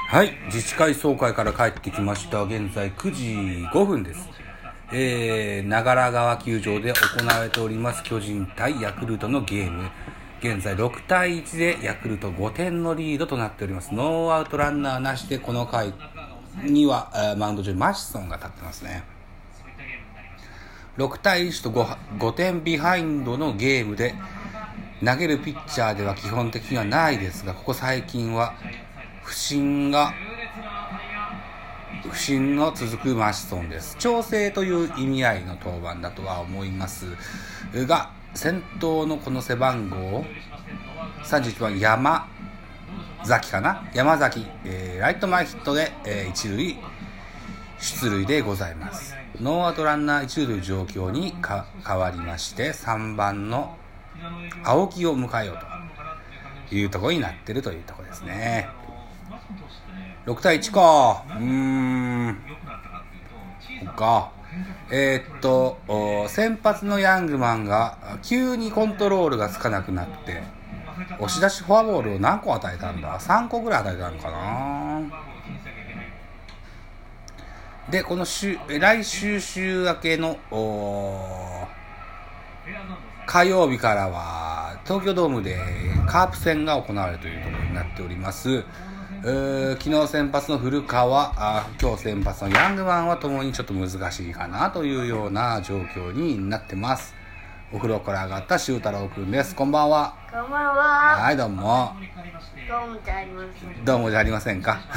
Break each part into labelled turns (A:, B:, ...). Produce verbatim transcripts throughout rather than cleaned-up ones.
A: はい、自治会総会から帰ってきました。現在くじごふんです。えー、長良川球場で行われております巨人対ヤクルトのゲーム。現在ろくたいいちでヤクルトごてんのリードとなっております。ノーアウトランナーなしでこの回にはマウンド上にマシソンが立ってますね。ろくたいいちと 5, ごてんビハインドのゲームで投げるピッチャーでは基本的にはないですが、ここ最近は不振が不振の続くマシソンです。調整という意味合いの登板だとは思いますが、先頭のこの背番号さんじゅういちばん山崎かな山崎、えー、ライト前ヒットで、えー、一塁出塁でございます。ノーアウトランナー一塁という状況にか変わりまして、さんばんの青木を迎えようというところになっているというところですね。ろくたいいちかうーんそっかえー、っと先発のヤングマンが急にコントロールがつかなくなって押し出しフォアボールを何個与えたんださんこぐらい与えたのかな。でこの週来週週明けの火曜日からは東京ドームでカープ戦が行われるというところになっております。昨日先発の古川、あ今日先発のヤングマンはともにちょっと難しいかなというような状況になってます。お風呂から上がった修太郎くんです。こんばんは。
B: こんばんは。
A: はい、どうも。
B: どうもじゃありません。
A: どうもじゃありませんか。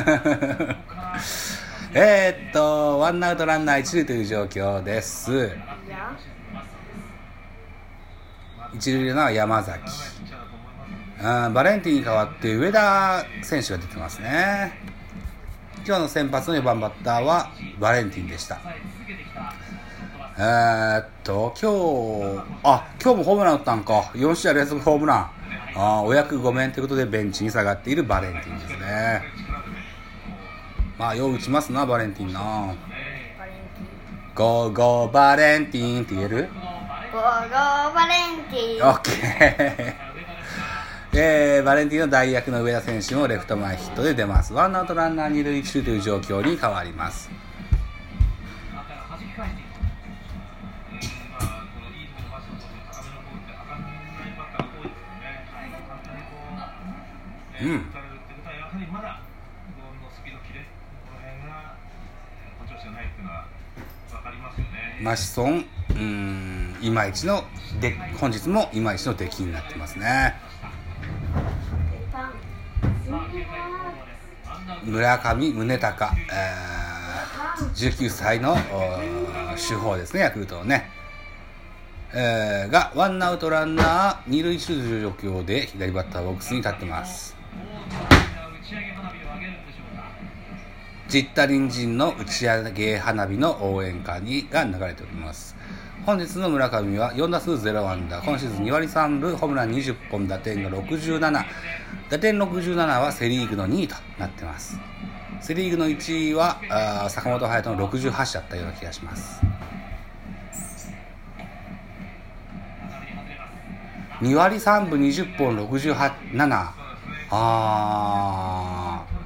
A: えっとワンアウトランナー一塁という状況です。一塁のは山崎。バレンティンに代わって上田選手が出てますね。今日の先発のよんばんバッターはバレンティンでした。えー、っと今日あ今日もホームラン打ったんか。よんしあい連続ホームラン。あお役御免ということでベンチに下がっているバレンティンですね。まあよう打ちますなバレンティンな。ゴーゴーバレンティンって言える？
B: ゴーゴーバレンティン。
A: オッケー。えー、バレンティンの代役の上田選手もレフト前ヒットで出ます。ワンアウトランナー二塁一塁という状況に変わります。うんマシソンうーんいまいちので本日もいまいちの出来になってますね。村上宗隆、えー、じゅうきゅうさいの主砲ですねヤクルトのね、えー、がワンアウトランナー二塁一塁という状況で左バッターボックスに立ってます。ジッタリンジンの打ち上げ花火の応援歌にが流れております。本日の村上はよんだすうゼロあんだ、今シーズンにわりさんぶ、ホームランにじゅっぽん、打点がろくじゅうなな、打点ろくじゅうななはセリーグのにいとなってます。セリーグのいちいはあ坂本勇人のろくじゅうはちだったような気がします。にわりさんぶにじゅっぽんろくじゅうなな、あー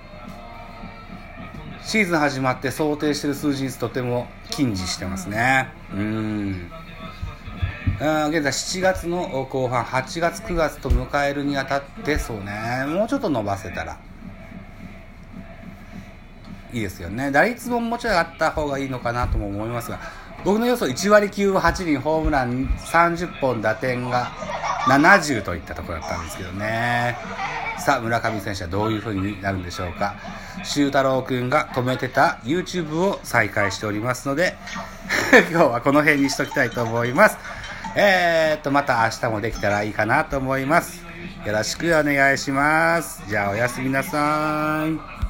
A: シーズン始まって想定している数字にとても近似してますね。うーんあ現在しちがつの後半はちがつくがつと迎えるにあたってそうねもうちょっと伸ばせたらいいですよね。打率ももうちょいあった方がいいのかなとも思いますが、僕の予想いちわりきゅうぶはちりん、ホームランさんじゅっぽん、打点がななじゅうといったところだったんですけどね。さあ村上選手はどういう風になるんでしょうか。修太郎くんが止めてた YouTube を再開しておりますので今日はこの辺にしときたいと思います。えーっとまた明日もできたらいいかなと思います。よろしくお願いします。じゃあおやすみなさい。